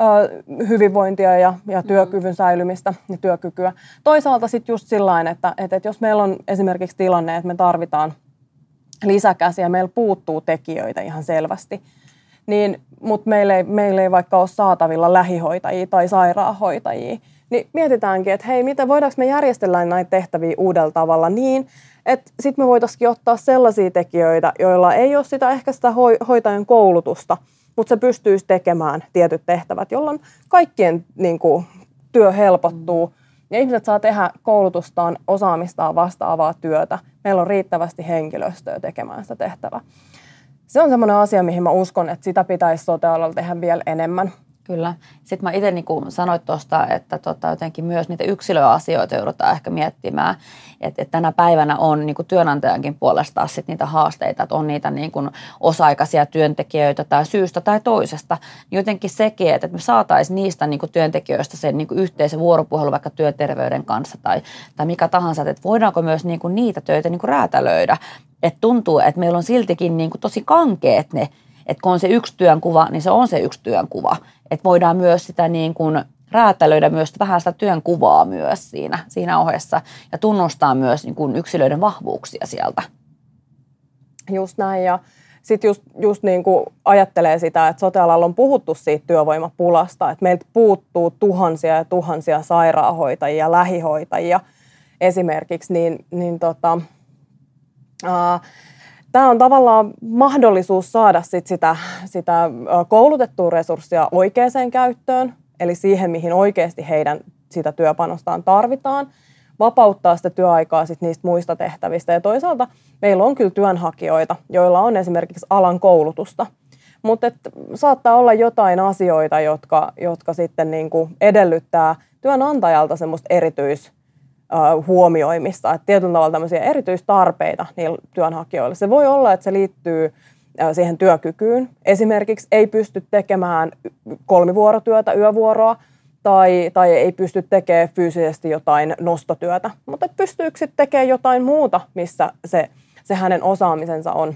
hyvinvointia ja, ja työkyvyn säilymistä ja työkykyä. Toisaalta sitten just sillain, että, että, että jos meillä on esimerkiksi tilanne, että me tarvitaan lisäkäsiä, meillä puuttuu tekijöitä ihan selvästi, niin, mutta meillä ei, meillä ei vaikka ole saatavilla lähihoitajia tai sairaanhoitajia, niin mietitäänkin, että hei, miten voidaanko me järjestellä näitä tehtäviä uudella tavalla niin, että sitten me voitaisiin ottaa sellaisia tekijöitä, joilla ei ole sitä ehkä sitä hoitajan koulutusta, mutta se pystyisi tekemään tietyt tehtävät, jolloin kaikkien niin kuin, työ helpottuu ja ihmiset saa tehdä koulutustaan, osaamistaan vastaavaa työtä. Meillä on riittävästi henkilöstöä tekemään sitä tehtävää. Se on semmoinen asia, mihin mä uskon, että sitä pitäisi sote-alalla tehdä vielä enemmän. Kyllä. Sitten mä itse niin kuin sanoit tuosta, että tota, jotenkin myös niitä yksilöasioita joudutaan ehkä miettimään. Että et tänä päivänä on niin kuin työnantajankin puolestaan sit niitä haasteita, että on niitä niin kuin osa-aikaisia työntekijöitä tai syystä tai toisesta. Niin jotenkin sekin, että me saataisiin niistä niin kuin työntekijöistä sen niin kuin yhteisen vuoropuhelu vaikka työterveyden kanssa tai, tai mikä tahansa, että voidaanko myös niin kuin niitä töitä niin kuin räätälöidä. Että tuntuu, että meillä on siltikin niin kuin tosi kankeet ne, että kun on se yksi työnkuva, niin se on se yksi työnkuva. Että voidaan myös sitä niin kuin räätälöidä myös vähän sitä työnkuvaa myös siinä, siinä ohessa ja tunnustaa myös niin kuin yksilöiden vahvuuksia sieltä. Just näin ja sitten just, just niin kuin ajattelee sitä, että sote-alalla on puhuttu siitä työvoimapulasta, että meiltä puuttuu tuhansia ja tuhansia sairaanhoitajia ja lähihoitajia esimerkiksi, niin, niin tota, ää, tämä on tavallaan mahdollisuus saada sit sitä, sitä koulutettua resurssia oikeaan käyttöön, eli siihen, mihin oikeasti heidän sitä työpanostaan tarvitaan, vapauttaa sitä työaikaa sit niistä muista tehtävistä. Ja toisaalta meillä on kyllä työnhakijoita, joilla on esimerkiksi alan koulutusta, mutta saattaa olla jotain asioita, jotka, jotka sitten niin kuin edellyttää työnantajalta semmoista erityishuomioimista, että tietyllä tavalla tämmöisiä erityistarpeita niillä työnhakijoilla. Se voi olla, että se liittyy siihen työkykyyn. Esimerkiksi ei pysty tekemään kolmivuorotyötä, yövuoroa, tai, tai ei pysty tekemään fyysisesti jotain nostotyötä, mutta pystyykö sitten tekemään jotain muuta, missä se, se hänen osaamisensa on,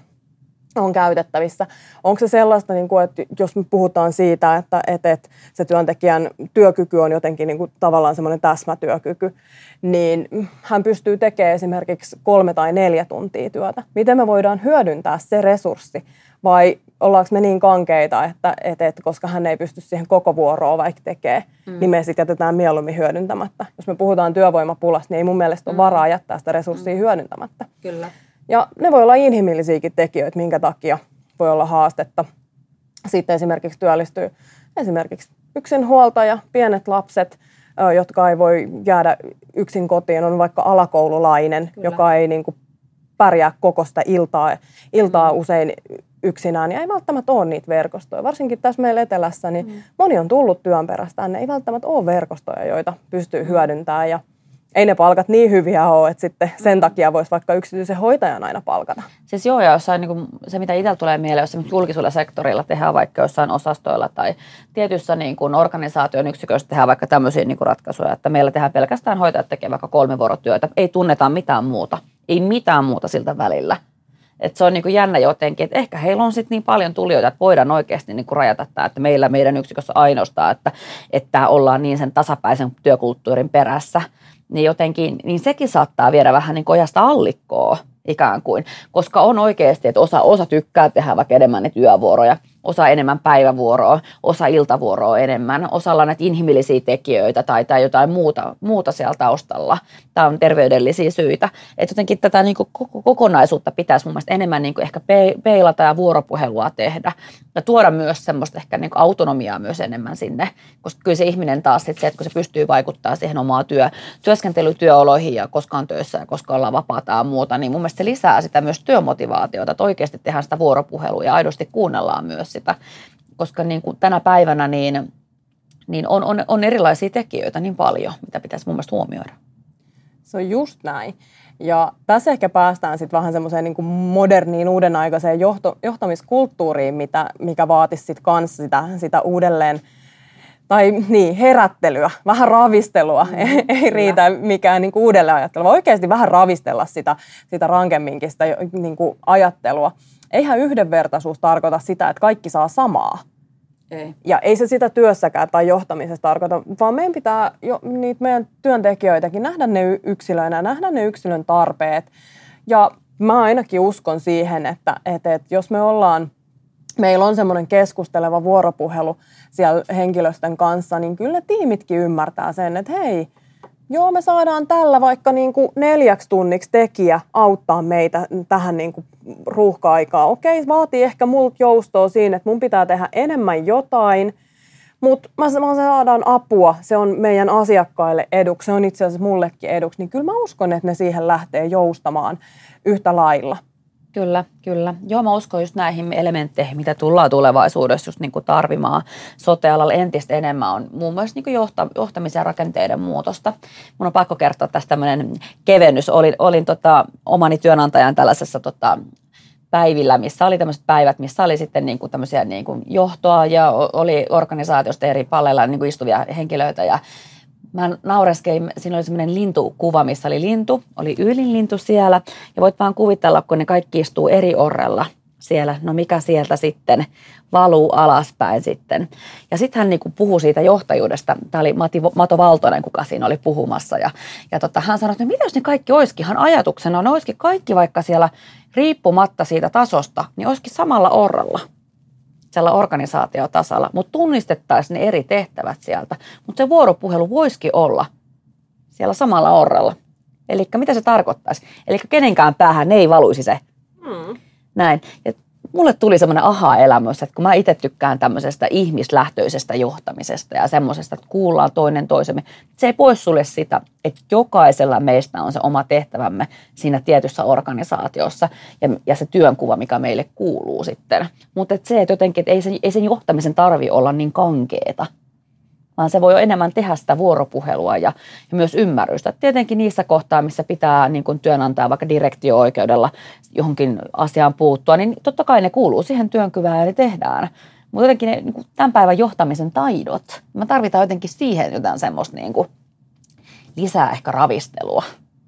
on käytettävissä. Onko se sellaista, niin kuin, että jos me puhutaan siitä, että, että, että se työntekijän työkyky on jotenkin niin kuin tavallaan semmoinen täsmätyökyky, niin hän pystyy tekemään esimerkiksi kolme tai neljä tuntia työtä. Miten me voidaan hyödyntää se resurssi? Vai ollaanko me niin kankeita, että, että, että koska hän ei pysty siihen koko vuoroon vaikka tekemään, mm. niin me sitten jätetään mieluummin hyödyntämättä. Jos me puhutaan työvoimapulasta, niin ei mun mielestä ole varaa jättää sitä resurssia mm. hyödyntämättä. Kyllä. Ja ne voi olla inhimillisiäkin tekijöitä, minkä takia voi olla haastetta. Sitten esimerkiksi työllistyy esimerkiksi yksinhuoltaja, pienet lapset, jotka ei voi jäädä yksin kotiin, on vaikka alakoululainen, Kyllä. joka ei niin kuin pärjää koko sitä iltaa, iltaa mm. usein yksinään, ja ei välttämättä ole niitä verkostoja. Varsinkin tässä meillä etelässä, niin mm. moni on tullut työn perästä tänne, ei välttämättä ole verkostoja, joita pystyy mm. hyödyntämään, ja ei ne palkat niin hyviä ole, että sitten sen takia voisi vaikka yksityisen hoitajan aina palkata. Siis joo, ja jossain, niin kuin, se mitä itsellä tulee mieleen, jos julkisella sektorilla tehdään vaikka jossain osastoilla tai tietyissä niin kuin organisaation yksiköissä tehdään vaikka tämmöisiä niin kuin ratkaisuja, että meillä tehdään pelkästään hoitajat tekee vaikka kolmivuorotyötä, ei tunneta mitään muuta, ei mitään muuta siltä välillä. Että se on niin kuin jännä jotenkin, että ehkä heillä on sitten niin paljon tulijoita, että voidaan oikeasti niin kuin rajata tämä, että meillä meidän yksikössä ainoastaan, että, että ollaan niin sen tasapäisen työkulttuurin perässä, niin jotenkin, niin sekin saattaa viedä vähän niin kuin ojasta allikkoa ikään kuin, koska on oikeasti, että osa, osa tykkää tehdä vaikka enemmän niitä yövuoroja, osa enemmän päivävuoroa, osa iltavuoroa enemmän, osalla näitä inhimillisiä tekijöitä tai, tai jotain muuta, muuta siellä taustalla. Tämä on terveydellisiä syitä. Että jotenkin tätä niin kuin kokonaisuutta pitäisi mun mielestä enemmän niin kuin ehkä peilata ja vuoropuhelua tehdä. Ja tuoda myös semmoista ehkä niin kuin autonomiaa myös enemmän sinne. Koska kyllä se ihminen taas sit se, että kun se pystyy vaikuttamaan siihen omaan työ, työskentelytyöoloihin ja koska on töissä ja koska ollaan vapaata ja muuta, niin mun mielestä se lisää sitä myös työmotivaatiota, että oikeasti tehdään sitä vuoropuhelua ja aidosti kuunnellaan myös sitä, koska niin kuin tänä päivänä niin, niin on, on, on erilaisia tekijöitä niin paljon, mitä pitäisi mun mielestä huomioida. Se on just näin. Ja tässä ehkä päästään sitten vähän semmoiseen niin kuin moderniin, uudenaikaiseen johto, johtamiskulttuuriin, mitä, mikä vaatisi sitten kanssa sitä, sitä uudelleen, tai niin, herättelyä, vähän ravistelua. Mm, ei riitä mikään niin kuin uudelleen ajattelu, vaan oikeasti vähän ravistella sitä, sitä rankemminkin sitä niin kuin ajattelua. Eihän yhdenvertaisuus tarkoita sitä, että kaikki saa samaa. Ei. Ja ei se sitä työssäkään tai johtamisessa tarkoita, vaan meidän pitää jo, niitä meidän työntekijöitäkin nähdä ne yksilöinä, nähdä ne yksilön tarpeet. Ja mä ainakin uskon siihen, että, että, että jos me ollaan, meillä on semmoinen keskusteleva vuoropuhelu siellä henkilöstön kanssa, niin kyllä ne tiimitkin ymmärtää sen, että hei, joo, me saadaan tällä vaikka niin kuin neljäksi tunniksi tekijä auttaa meitä tähän niin kuin ruuhka-aikaan. Okei, vaatii ehkä multa joustoa siinä, että mun pitää tehdä enemmän jotain, mutta mä saadaan apua, se on meidän asiakkaille eduksi, se on itse asiassa mullekin eduksi, niin kyllä mä uskon, että ne siihen lähtee joustamaan yhtä lailla. Kyllä, kyllä. Joo, mä uskon just näihin elementteihin, mitä tullaan tulevaisuudessa just niin kuin tarvimaan sote-alalla entistä enemmän on muun muassa niin kuin johta, johtamisen ja rakenteiden muutosta. Mun on pakko kertoa tästä tämmöinen kevennys. Olin, olin tota, omani työnantajan tällaisessa tota, päivillä, missä oli tämmöiset päivät, missä oli sitten niin kuin tämmöisiä niin kuin johtoa ja oli organisaatiosta eri palleilla niin kuin istuvia henkilöitä ja mä naureskelin, siinä oli semmoinen lintukuva, missä oli lintu, oli ylinlintu siellä ja voit vaan kuvitella, kun ne kaikki istuu eri orrella siellä, no mikä sieltä sitten valuu alaspäin sitten. Ja sitten hän niinku puhui siitä johtajuudesta, tämä oli Mati, Mato Valtonen, kuka siinä oli puhumassa ja, ja tota, hän sanoi, että no mitä jos ne kaikki olisikin, hän ajatuksena, ne olisikin kaikki vaikka siellä riippumatta siitä tasosta, niin olisikin samalla orrella. Siellä organisaatiotasalla, mutta tunnistettaisiin ne eri tehtävät sieltä. Mutta se vuoropuhelu voisikin olla siellä samalla orrella. Eli mitä se tarkoittaisi? Eli kenenkään päähän ei valuisi se. Hmm. Näin. Ja mulle tuli semmoinen aha-elämys, että kun mä itse tykkään tämmöisestä ihmislähtöisestä johtamisesta ja semmoisesta, että kuullaan toinen toisemme, se ei poissulje sitä, että jokaisella meistä on se oma tehtävämme siinä tietyssä organisaatiossa ja, ja se työnkuva, mikä meille kuuluu sitten. Mutta et se, että jotenkin, että ei sen, ei sen johtamisen tarvitse olla niin kankeeta, vaan se voi jo enemmän tehdä sitä vuoropuhelua ja, ja myös ymmärrystä. Tietenkin niissä kohtaa, missä pitää niin kuin työnantaja vaikka direktio-oikeudella johonkin asiaan puuttua, niin totta kai ne kuuluu siihen työnkyvään ja ne tehdään. Mutta jotenkin ne, niin kuin tämän päivän johtamisen taidot, me tarvitaan jotenkin siihen jotain semmoista niin kuin lisää ehkä ravistelua.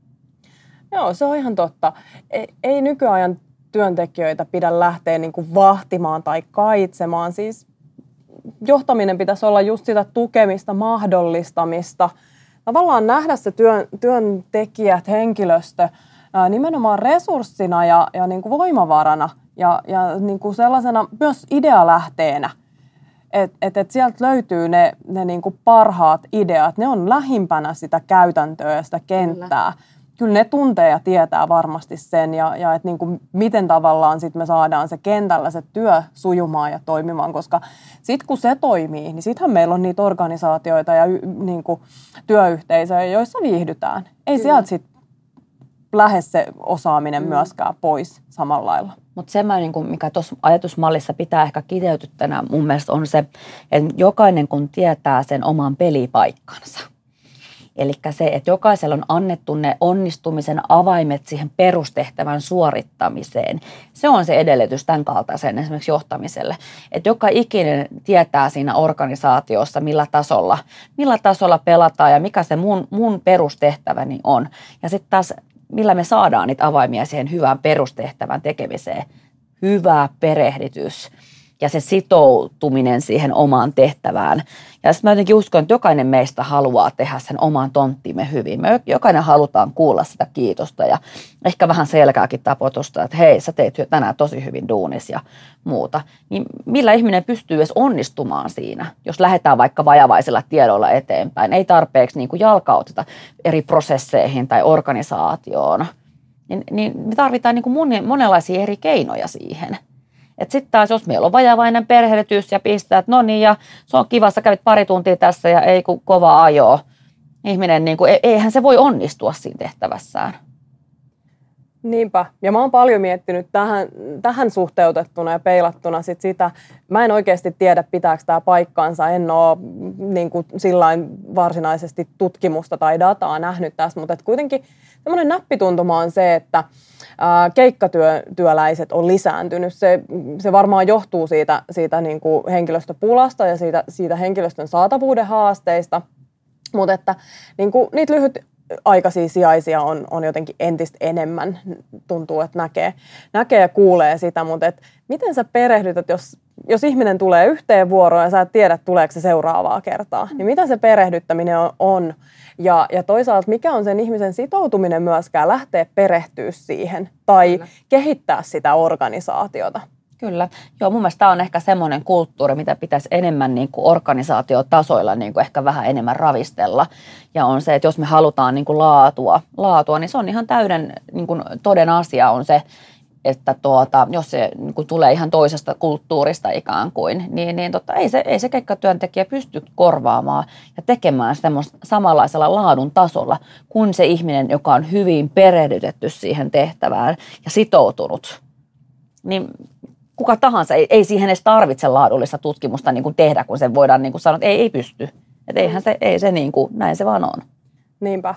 Joo, se on ihan totta. Ei, ei nykyajan työntekijöitä pidä lähteä niin kuin vahtimaan tai kaitsemaan. Siis johtaminen pitäisi olla just sitä tukemista, mahdollistamista. Tavallaan nähdä se työn, työntekijät, henkilöstö ää, nimenomaan resurssina ja, ja niin kuin voimavarana ja, ja niin kuin sellaisena myös idealähteenä. Että et, et sieltä löytyy ne, ne niin kuin parhaat ideat. Ne on lähimpänä sitä käytäntöä ja sitä kenttää. Kyllä. Kyllä ne tuntee ja tietää varmasti sen ja, ja että niin kuin miten tavallaan sit me saadaan se kentällä se työ sujumaan ja toimimaan, koska sitten kun se toimii, niin sittenhän meillä on niitä organisaatioita ja niin kuin työyhteisöjä, joissa viihdytään. Ei Kyllä. sieltä sitten lähde se osaaminen mm. myöskään pois samalla lailla. Mutta se, mikä tuossa ajatusmallissa pitää ehkä kiteytyttänä mun mielestä on se, että jokainen kun tietää sen oman pelipaikkansa. Eli se, että jokaisella on annettu ne onnistumisen avaimet siihen perustehtävän suorittamiseen. Se on se edellytys tämän kaltaisen esimerkiksi johtamiselle. Että joka ikinen tietää siinä organisaatiossa, millä tasolla, millä tasolla pelataan ja mikä se mun, mun perustehtäväni on. Ja sitten taas, millä me saadaan niitä avaimia siihen hyvään perustehtävän tekemiseen. Hyvä perehditys ja se sitoutuminen siihen omaan tehtävään. Ja sitten mä jotenkin uskon, että jokainen meistä haluaa tehdä sen oman tonttimme hyvin. Me jokainen halutaan kuulla sitä kiitosta ja ehkä vähän selkääkin tapotusta, että hei, sä teit tänään tosi hyvin duunis ja muuta. Niin millä ihminen pystyy edes onnistumaan siinä, jos lähdetään vaikka vajavaisilla tiedoilla eteenpäin? Ei tarpeeksi niin kuin jalkauteta eri prosesseihin tai organisaatioon. Niin, niin me tarvitaan niin kuin monenlaisia eri keinoja siihen. Että sitten taas, jos meillä on vajavainen perhehditys ja pistää, että no niin, ja se on kiva, sä kävit pari tuntia tässä ja ei kun kova ajo. Ihminen, niin kuin, eihän se voi onnistua siinä tehtävässään. Niinpä. Ja mä oon paljon miettinyt tähän, tähän suhteutettuna ja peilattuna sit sitä. Mä en oikeasti tiedä, pitääkö tämä paikkaansa. En ole niin kuin sillain varsinaisesti tutkimusta tai dataa nähnyt tässä, mutta kuitenkin semmoinen näppituntuma on se, että keikkatyöläiset on lisääntynyt. Se, se varmaan johtuu siitä, siitä niin kuin henkilöstöpulasta ja siitä, siitä henkilöstön saatavuuden haasteista, mutta että niin kuin niitä lyhytaikaisia sijaisia on, on jotenkin entistä enemmän. Tuntuu, että näkee, näkee ja kuulee sitä, mutta et miten sä perehdytät, jos, jos ihminen tulee yhteen vuoroon ja sä et tiedä, tuleeko se seuraavaa kertaa, niin mitä se perehdyttäminen on? on? Ja, ja toisaalta mikä on sen ihmisen sitoutuminen myöskään lähteä perehtyä siihen tai Kyllä. kehittää sitä organisaatiota. Kyllä. Joo, mun mielestä tämä on ehkä semmoinen kulttuuri, mitä pitäisi enemmän niin kuin organisaatiotasoilla niin kuin ehkä vähän enemmän ravistella. Ja on se, että jos me halutaan niin kuin laatua, laatua, niin se on ihan täyden niin kuin toden asia on se, että tuota, jos se niin kuin tulee ihan toisesta kulttuurista ikään kuin, niin, niin totta, ei, se, ei se keikkatyöntekijä pysty korvaamaan ja tekemään semmoista samanlaisella laadun tasolla kuin se ihminen, joka on hyvin perehdytetty siihen tehtävään ja sitoutunut. Niin kuka tahansa ei, ei siihen edes tarvitse laadullista tutkimusta niin kuin tehdä, kun se voidaan niin kuin sanoa, että ei, ei pysty. Että eihän se, ei se niin kuin, näin se vaan on. Niinpä.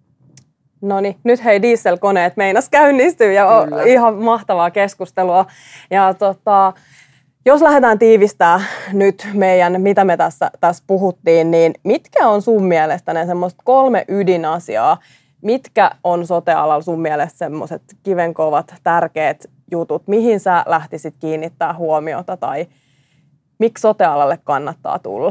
No niin, nyt hei dieselkoneet meinas käynnistyy ja on ihan mahtavaa keskustelua. Ja tota, jos lähdetään tiivistää nyt meidän, mitä me tässä, tässä puhuttiin, niin mitkä on sun mielestä ne semmoiset kolme ydinasiaa? Mitkä on sote-alalla sun mielestä semmoiset kivenkovat, tärkeät jutut? Mihin sä lähtisit kiinnittää huomiota tai miksi sote-alalle kannattaa tulla?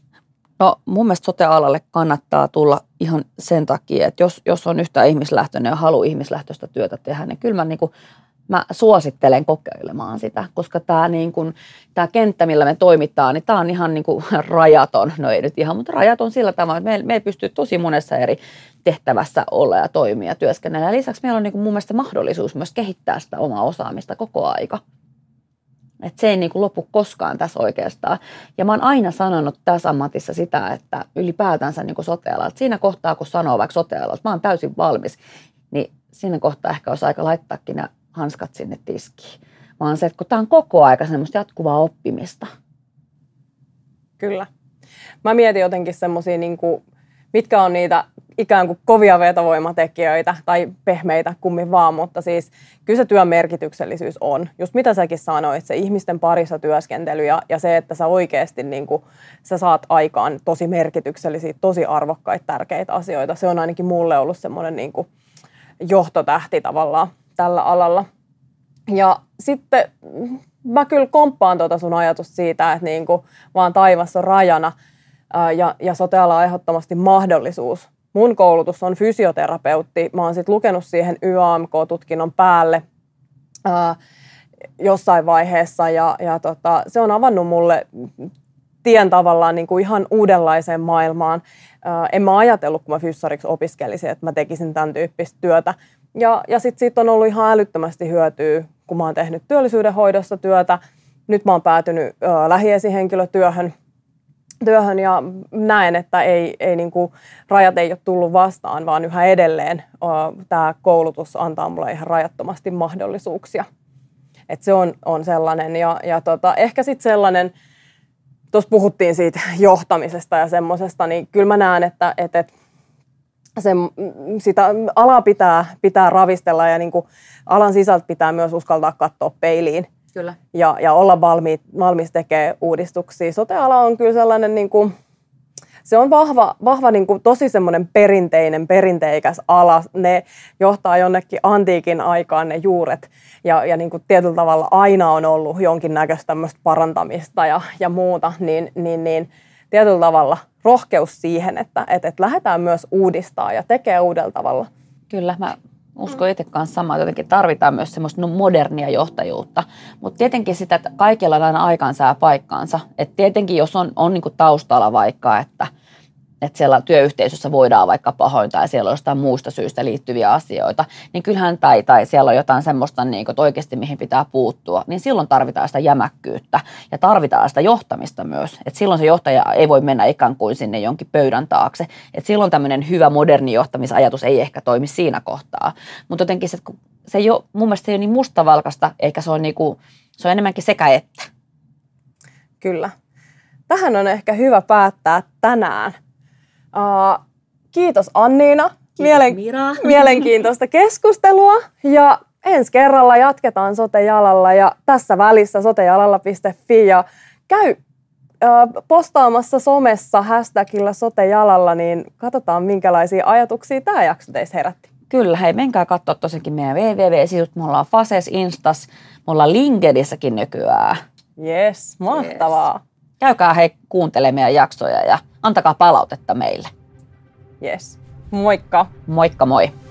No mun mielestä sote-alalle kannattaa tulla ihan sen takia, että jos, jos on yhtään ihmislähtöinen ja haluaa ihmislähtöistä työtä tehdä, niin kyllä mä, niin kuin, mä suosittelen kokeilemaan sitä, koska tämä, niin kuin, tämä kenttä, millä me toimitaan, niin tämä on ihan niin kuin rajaton. No ei nyt ihan, mutta rajaton sillä tavalla, että me, me ei pysty tosi monessa eri tehtävässä olla ja toimia ja työskennellä. Ja lisäksi meillä on niin kuin mun mielestä mahdollisuus myös kehittää sitä omaa osaamista koko aika. Että se ei niin kuin lopu koskaan tässä oikeastaan. Ja mä oon aina sanonut tässä ammatissa sitä, että ylipäätänsä niin kuin sote-alalla, että siinä kohtaa kun sanoo vaikka sote-alalla, että mä oon täysin valmis, niin siinä kohtaa ehkä olisi aika laittaakin ne hanskat sinne tiskiin. Vaan se, että kun tää on koko aika semmoista jatkuvaa oppimista. Kyllä. Mä mietin jotenkin semmosia, niin kuin, mitkä on niitä ikään kuin kovia vetovoimatekijöitä tai pehmeitä kummin vaan, mutta siis kyllä se työn merkityksellisyys on. Just mitä säkin sanoit, se ihmisten parissa työskentely ja, ja se, että sä oikeasti niin kuin, sä saat aikaan tosi merkityksellisiä, tosi arvokkaita, tärkeitä asioita. Se on ainakin mulle ollut semmoinen niin kuin johtotähti tavallaan tällä alalla. Ja sitten mä kyllä komppaan tuota sun ajatus siitä, että niin kuin vaan taivas on rajana ää, ja, ja sote-ala on ehdottomasti mahdollisuus. Mun koulutus on fysioterapeutti. Mä oon sit lukenut siihen Y A M K-tutkinnon päälle ää, jossain vaiheessa ja, ja tota, se on avannut mulle tien tavallaan niin kuin ihan uudenlaiseen maailmaan. Ää, en mä ajatellut, kun mä fyssariksi opiskelisin, että mä tekisin tämän tyyppistä työtä. Ja, ja sitten siitä on ollut ihan älyttömästi hyötyä, kun mä oon tehnyt työllisyydenhoidossa työtä. Nyt mä oon päätynyt ää, lähiesihenkilötyöhön. Työhön ja näen, että ei, ei niin kuin, rajat ei ole tullut vastaan, vaan yhä edelleen tämä koulutus antaa mulle ihan rajattomasti mahdollisuuksia. Et se on, on sellainen ja, ja tota, ehkä sitten sellainen, tuossa puhuttiin siitä johtamisesta ja semmoisesta, niin kyllä mä näen, että, että, että se, sitä alaa pitää, pitää ravistella ja niin kuin, alan sisältä pitää myös uskaltaa katsoa peiliin. Kyllä. Ja, ja olla valmi, valmis tekemään uudistuksia. Sote-ala on kyllä sellainen, niin kuin, se on vahva, vahva niin kuin, tosi semmoinen perinteinen, perinteikäs ala. Ne johtaa jonnekin antiikin aikaan ne juuret. Ja, ja niin kuin tietyllä tavalla aina on ollut jonkinnäköistä tämmöistä parantamista ja, ja muuta. Niin, niin, niin tietyllä tavalla rohkeus siihen, että, että, että lähdetään myös uudistaa ja tekee uudella tavalla. Kyllä, mä uskon itse kanssa samaa, että jotenkin tarvitaan myös semmoista modernia johtajuutta, mutta tietenkin sitä, että kaikilla on aina aikansa ja paikkaansa. Et tietenkin jos on, on niinku taustalla vaikka, että, että siellä työyhteisössä voidaan vaikka pahoin tai siellä on jostain muusta syystä liittyviä asioita, niin kyllähän tai, tai siellä on jotain semmoista, niin kuin, oikeasti mihin pitää puuttua, niin silloin tarvitaan sitä jämäkkyyttä ja tarvitaan sitä johtamista myös. Et silloin se johtaja ei voi mennä ikään kuin sinne jonkin pöydän taakse. Et silloin tämmöinen hyvä moderni johtamisajatus ei ehkä toimi siinä kohtaa. Mutta jotenkin se, se ei ole, mun mielestä se ei ole niin mustavalkaista, eikä se on, niinku, se on enemmänkin sekä että. Kyllä. Tähän on ehkä hyvä päättää tänään. Uh, kiitos Anniina. Kiitos Mira. Mielenkiintoista keskustelua ja ensi kerralla jatketaan Sote-jalalla ja tässä välissä sotejalalla piste fi ja käy uh, postaamassa somessa hashtagillä Sote-jalalla, niin katsotaan minkälaisia ajatuksia tämä jakso teissä herätti. Kyllä, hei, menkää katsoa tosiaankin meidän www-sivut. Me ollaan Faces, Instas, me ollaan LinkedInissäkin nykyään. Jes, mahtavaa. Yes. Käykää hei kuuntelemaan meidän jaksoja ja antakaa palautetta meille. Jes, moikka. Moikka moi.